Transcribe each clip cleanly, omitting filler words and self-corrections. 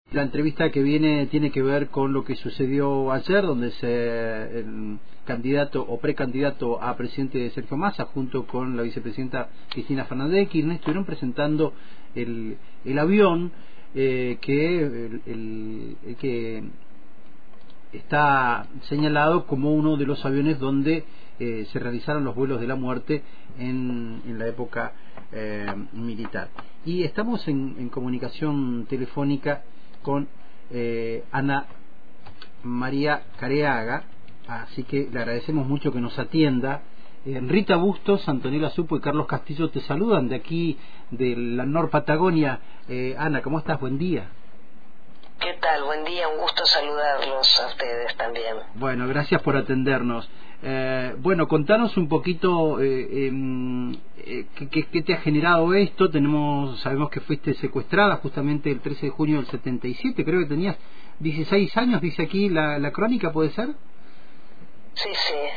La entrevista que viene tiene que ver con lo que sucedió ayer, donde el candidato o precandidato a presidente Sergio Massa, junto con la vicepresidenta Cristina Fernández de Kirchner, estuvieron presentando el avión que está señalado como uno de los aviones donde se realizaron los vuelos de la muerte en la época militar. Y estamos en comunicación telefónica con Ana María Careaga, así que le agradecemos mucho que nos atienda. Rita Bustos, Antonella Supo y Carlos Castillo te saludan de aquí, de la Nor Patagonia. Ana, ¿cómo estás? Buen día. ¿Qué tal? Buen día, un gusto saludarlos a ustedes también. Bueno, gracias por atendernos. Bueno, contanos un poquito qué te ha generado esto. Sabemos que fuiste secuestrada justamente el 13 de junio del 77, creo que tenías 16 años, dice aquí la crónica, ¿puede ser? Sí,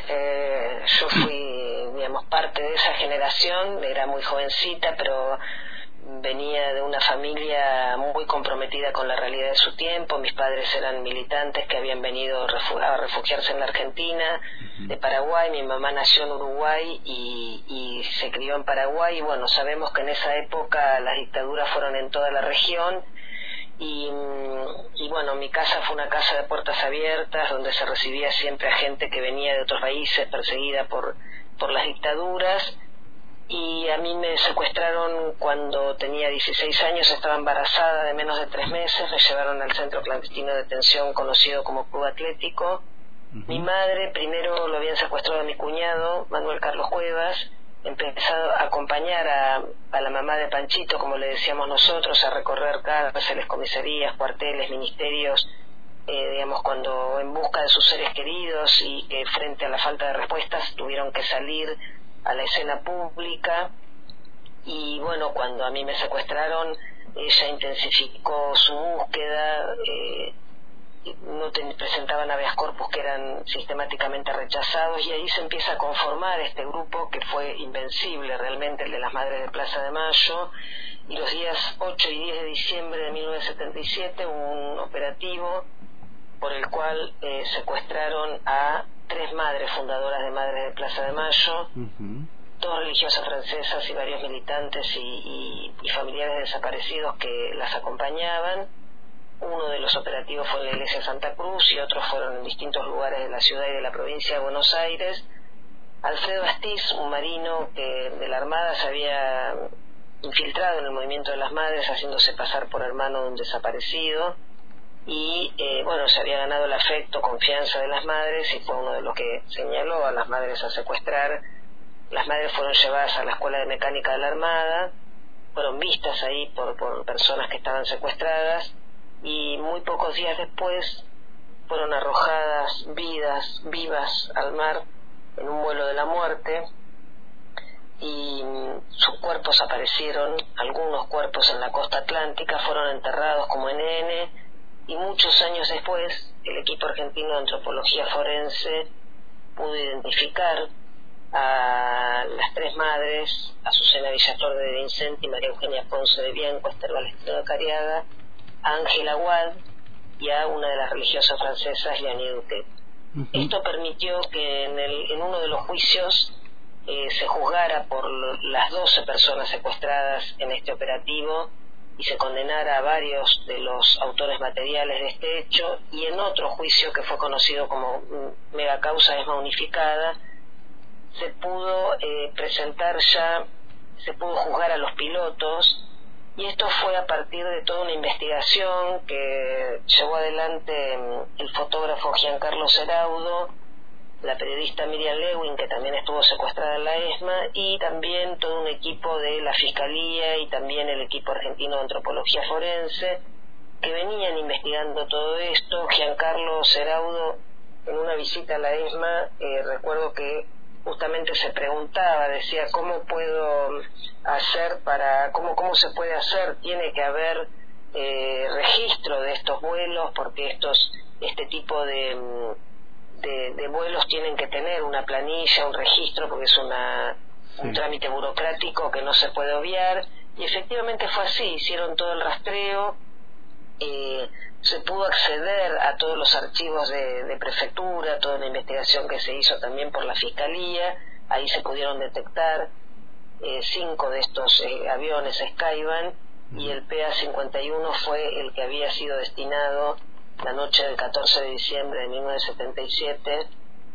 yo fui, digamos, parte de esa generación, era muy jovencita, pero venía de una familia muy comprometida con la realidad de su tiempo. Mis padres eran militantes que habían venido a refugiarse en la Argentina, de Paraguay. Mi mamá nació en Uruguay y se crió en Paraguay. Y bueno, sabemos que en esa época las dictaduras fueron en toda la región. Y bueno, mi casa fue una casa de puertas abiertas, donde se recibía siempre a gente que venía de otros países perseguida por las dictaduras. Y a mí me secuestraron cuando tenía 16 años, estaba embarazada de menos de 3 meses, me llevaron al centro clandestino de detención conocido como Club Atlético. Mi madre, primero lo habían secuestrado a mi cuñado, Manuel Carlos Cuevas, empezó a acompañar a la mamá de Panchito, como le decíamos nosotros, a recorrer cárceles, comisarías, cuarteles, ministerios, digamos, cuando en busca de sus seres queridos y que frente a la falta de respuestas tuvieron que salir a la escena pública. Y bueno, cuando a mí me secuestraron, ella intensificó su búsqueda, no presentaban habeas corpus que eran sistemáticamente rechazados, y ahí se empieza a conformar este grupo que fue invencible realmente, el de las Madres de Plaza de Mayo. Y los días 8 y 10 de diciembre de 1977 hubo un operativo por el cual secuestraron a 3 madres fundadoras de Madres de Plaza de Mayo, 2 religiosas francesas y varios militantes y familiares desaparecidos que las acompañaban. Uno de los operativos fue en la iglesia Santa Cruz y otros fueron en distintos lugares de la ciudad y de la provincia de Buenos Aires. Alfredo Astiz, un marino que de la Armada se había infiltrado en el movimiento de las Madres, haciéndose pasar por hermano de un desaparecido, y bueno, se había ganado el afecto, confianza de las Madres, y fue uno de los que señaló a las Madres a secuestrar. Las Madres fueron llevadas a la Escuela de Mecánica de la Armada, fueron vistas ahí por personas que estaban secuestradas, y muy pocos días después fueron arrojadas vivas al mar en un vuelo de la muerte, y sus cuerpos aparecieron, algunos cuerpos en la costa atlántica, fueron enterrados como NN, y muchos años después el equipo argentino de antropología forense pudo identificar a las 3 madres, Azucena Villaflor de Vincent y María Eugenia Ponce de Bianco, Esther Balestrino de Cariaga, a Ángela Wad y a una de las religiosas francesas, Leonie Duquet. Esto permitió que en uno de los juicios se juzgara por las 12 personas secuestradas en este operativo y se condenara a varios de los autores materiales de este hecho, y en otro juicio que fue conocido como mega causa ESMA unificada se pudo se pudo juzgar a los pilotos, y esto fue a partir de toda una investigación que llevó adelante el fotógrafo Giancarlo Seraudo, la periodista Miriam Lewin, que también estuvo secuestrada en la ESMA, y también todo un equipo de la Fiscalía y también el equipo argentino de antropología forense, que venían investigando todo esto. Giancarlo Seraudo, en una visita a la ESMA, recuerdo que justamente se preguntaba, decía, ¿cómo puedo hacer cómo se puede hacer? Tiene que haber registro de estos vuelos, porque este tipo de vuelos tienen que tener una planilla, un registro, porque es un trámite burocrático que no se puede obviar. Y efectivamente fue así, hicieron todo el rastreo, se pudo acceder a todos los archivos de prefectura, toda la investigación que se hizo también por la Fiscalía. Ahí se pudieron detectar 5 de estos aviones Skyvan, y el PA-51 fue el que había sido destinado la noche del 14 de diciembre de 1977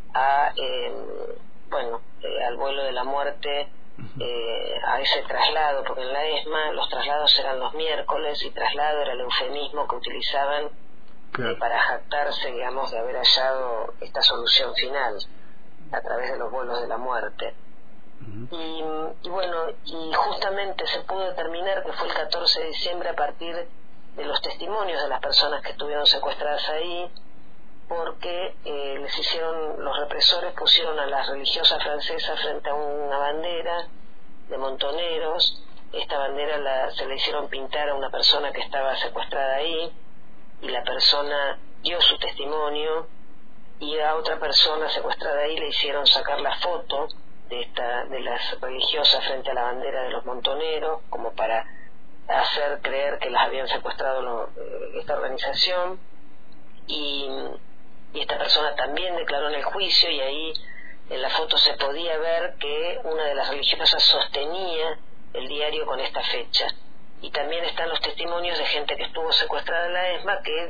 al vuelo de la muerte, a ese traslado, porque en la ESMA los traslados eran los miércoles, y traslado era el eufemismo que utilizaban para jactarse, digamos, de haber hallado esta solución final a través de los vuelos de la muerte. Y justamente se pudo determinar que fue el 14 de diciembre a partir de los testimonios de las personas que estuvieron secuestradas ahí, porque los represores pusieron a las religiosas francesas frente a una bandera de montoneros. Esta bandera se la hicieron pintar a una persona que estaba secuestrada ahí, y la persona dio su testimonio, y a otra persona secuestrada ahí le hicieron sacar la foto de las religiosas frente a la bandera de los montoneros, como para hacer creer que las habían secuestrado esta organización. Y esta persona también declaró en el juicio, y ahí en la foto se podía ver que una de las religiosas sostenía el diario con esta fecha. Y también están los testimonios de gente que estuvo secuestrada en la ESMA, que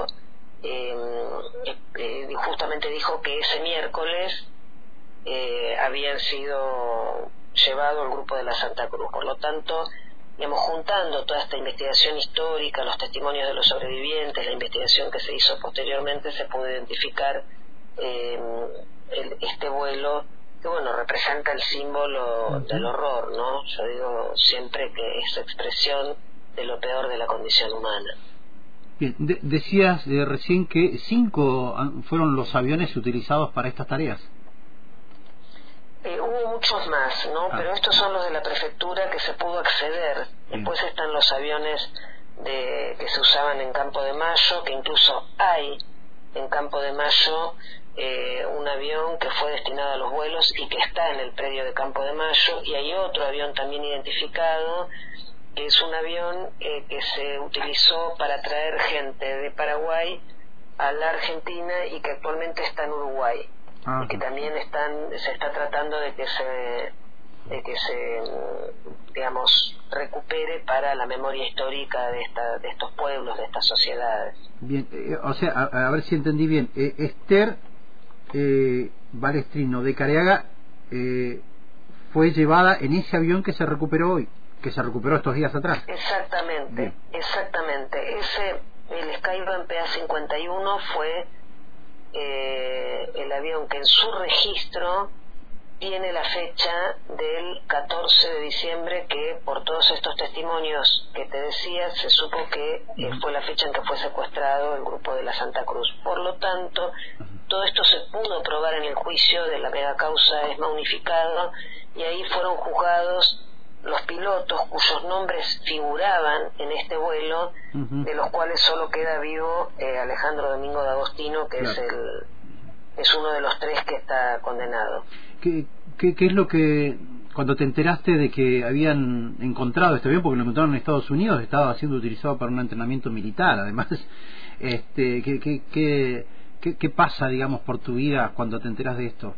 justamente dijo que ese miércoles habían sido llevado al grupo de la Santa Cruz. Por lo tanto, digamos, juntando toda esta investigación histórica, los testimonios de los sobrevivientes, la investigación que se hizo posteriormente, se pudo identificar este vuelo que, representa el símbolo del horror, ¿no? Yo digo siempre que es expresión de lo peor de la condición humana. Bien, decías recién que 5 fueron los aviones utilizados para estas tareas. Hubo muchos más, ¿no? Pero estos son los de la prefectura que se pudo acceder. Después están los aviones que se usaban en Campo de Mayo, que incluso hay en Campo de Mayo un avión que fue destinado a los vuelos y que está en el predio de Campo de Mayo, y hay otro avión también identificado, que es un avión que se utilizó para traer gente de Paraguay a la Argentina y que actualmente está en Uruguay. Y que también se está tratando de que se digamos, recupere para la memoria histórica de estos pueblos, de estas sociedades. Bien, o sea, a ver si entendí bien. Esther Balestrino de Careaga fue llevada en ese avión que se recuperó hoy, que se recuperó estos días atrás. Exactamente, bien. Exactamente. El Skyvan PA-51 fue el avión que en su registro tiene la fecha del 14 de diciembre, que por todos estos testimonios que te decía se supo que fue la fecha en que fue secuestrado el grupo de la Santa Cruz. Por lo tanto, todo esto se pudo probar en el juicio de la megacausa ESMA unificado, y ahí fueron juzgados los pilotos cuyos nombres figuraban en este vuelo, de los cuales solo queda vivo Alejandro Domingo de Agostino, que es uno de los 3 que está condenado. ¿Qué es lo que, cuando te enteraste de que habían encontrado este avión, porque lo encontraron en Estados Unidos, estaba siendo utilizado para un entrenamiento militar, además, ¿qué pasa, digamos, por tu vida cuando te enteras de esto?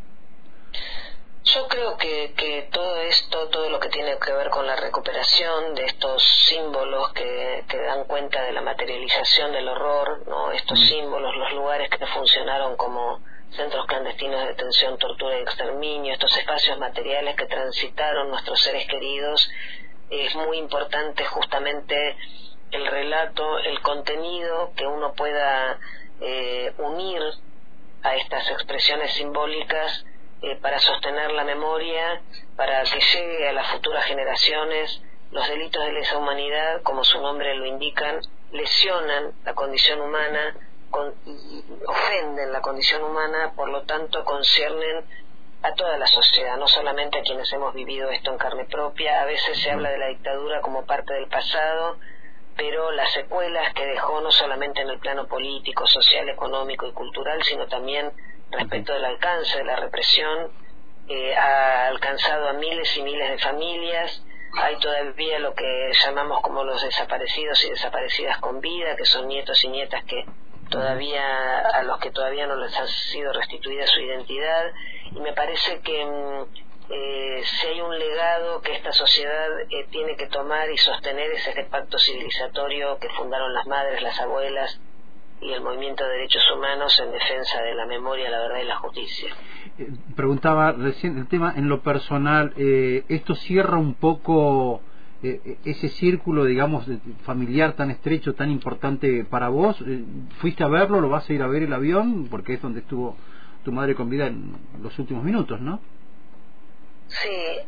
Yo creo que todo lo que tiene que ver con la recuperación de estos símbolos que dan cuenta de la materialización del horror, ¿no? Estos símbolos, los lugares que funcionaron como centros clandestinos de detención, tortura y exterminio, estos espacios materiales que transitaron nuestros seres queridos, es muy importante justamente el relato, el contenido que uno pueda unir a estas expresiones simbólicas para sostener la memoria, para que llegue a las futuras generaciones. Los delitos de lesa humanidad, como su nombre lo indican, lesionan la condición humana, y ofenden la condición humana, por lo tanto conciernen a toda la sociedad, no solamente a quienes hemos vivido esto en carne propia. A veces se habla de la dictadura como parte del pasado, pero las secuelas que dejó no solamente en el plano político, social, económico y cultural, sino también respecto del alcance de la represión, ha alcanzado a miles y miles de familias, hay todavía lo que llamamos como los desaparecidos y desaparecidas con vida, que son nietos y nietas que todavía, a los que todavía no les ha sido restituida su identidad, y me parece que si hay un legado que esta sociedad tiene que tomar y sostener, es este pacto civilizatorio que fundaron las madres, las abuelas y el movimiento de derechos humanos en defensa de la memoria, la verdad y la justicia. Preguntaba recién el tema en lo personal, ¿esto cierra un poco ese círculo, digamos, familiar tan estrecho, tan importante para vos? ¿Fuiste a verlo? ¿Lo vas a ir a ver el avión? Porque es donde estuvo tu madre con vida en los últimos minutos, ¿no? Sí,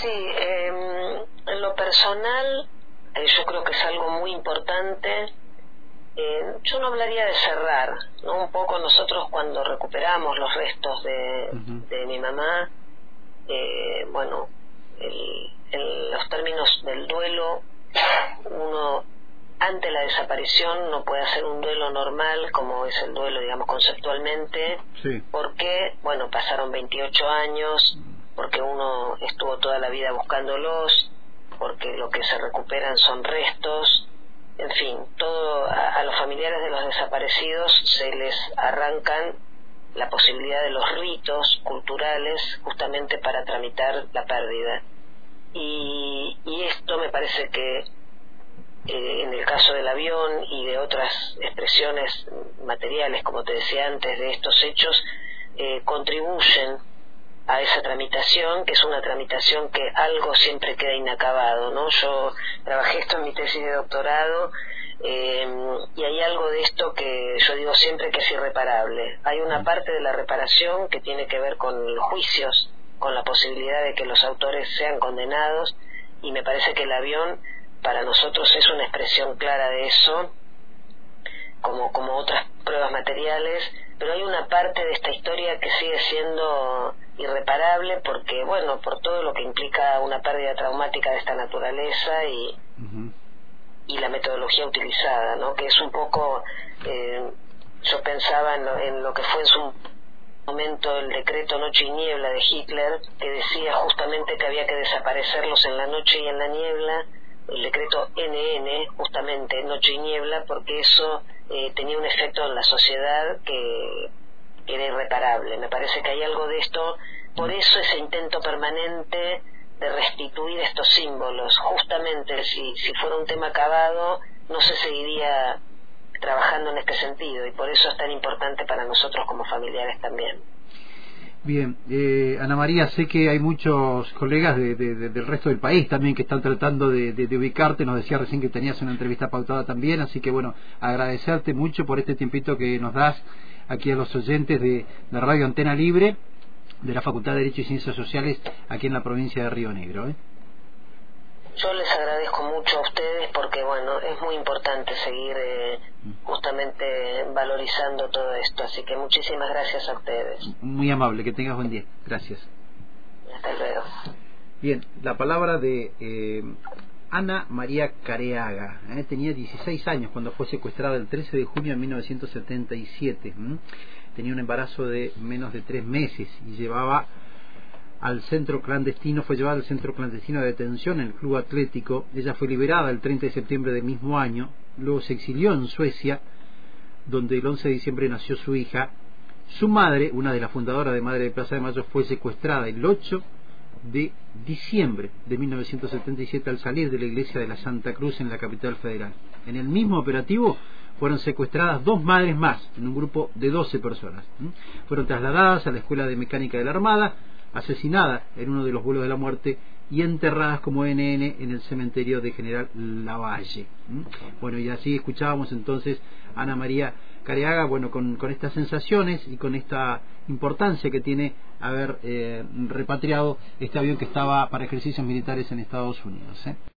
en lo personal yo creo que es algo muy importante. Yo no hablaría de cerrar, ¿no? Un poco nosotros cuando recuperamos los restos de mi mamá, bueno, en los términos del duelo, uno ante la desaparición no puede hacer un duelo normal como es el duelo, digamos, conceptualmente, sí. Porque, bueno, pasaron 28 años, porque uno estuvo toda la vida buscándolos, porque lo que se recuperan son restos. En fin, todo a los familiares de los desaparecidos se les arrancan la posibilidad de los ritos culturales justamente para tramitar la pérdida. Y esto me parece que en el caso del avión y de otras expresiones materiales, como te decía antes, de estos hechos, contribuyen a esa tramitación, que es una tramitación que algo siempre queda inacabado, ¿no? Yo trabajé esto en mi tesis de doctorado, y hay algo de esto que yo digo siempre que es irreparable. Hay una parte de la reparación que tiene que ver con los juicios, con la posibilidad de que los autores sean condenados, y me parece que el avión para nosotros es una expresión clara de eso, como otras pruebas materiales, pero hay una parte de esta historia que sigue siendo irreparable porque, bueno, por todo lo que implica una pérdida traumática de esta naturaleza y la metodología utilizada, ¿no? Que es un poco, yo pensaba en lo que fue en su momento el decreto Noche y Niebla de Hitler, que decía justamente que había que desaparecerlos en la noche y en la niebla, el decreto NN, justamente Noche y Niebla, porque eso tenía un efecto en la sociedad que era irreparable. Me parece que hay algo de esto, por eso ese intento permanente de restituir estos símbolos. Justamente si fuera un tema acabado, no se seguiría trabajando en este sentido, y por eso es tan importante para nosotros como familiares también. Bien, Ana María, sé que hay muchos colegas del resto del país también que están tratando de ubicarte. Nos decía recién que tenías una entrevista pautada también, así que bueno, agradecerte mucho por este tiempito que nos das aquí a los oyentes de Radio Antena Libre, de la Facultad de Derecho y Ciencias Sociales aquí en la provincia de Río Negro. Yo les agradezco mucho a ustedes porque, bueno, es muy importante seguir justamente valorizando todo esto, así que muchísimas gracias a ustedes. Muy amable, que tengas buen día. Gracias. Hasta luego. Bien, la palabra de Ana María Careaga. Tenía 16 años cuando fue secuestrada el 13 de junio de 1977. Tenía un embarazo de menos de 3 meses y fue llevada al centro clandestino de detención en el Club Atlético. Ella fue liberada el 30 de septiembre del mismo año, luego se exilió en Suecia, donde el 11 de diciembre nació su hija. Su madre, una de las fundadoras de Madre de Plaza de Mayo, fue secuestrada el 8 de diciembre de 1977 al salir de la iglesia de la Santa Cruz en la capital federal. En el mismo operativo fueron secuestradas 2 madres más, en un grupo de 12 personas. Fueron trasladadas a la Escuela de Mecánica de la Armada, asesinadas en uno de los vuelos de la muerte y enterradas como NN en el cementerio de General Lavalle. Bueno, y así escuchábamos entonces a Ana María Careaga, bueno, con estas sensaciones y con esta importancia que tiene haber repatriado este avión que estaba para ejercicios militares en Estados Unidos.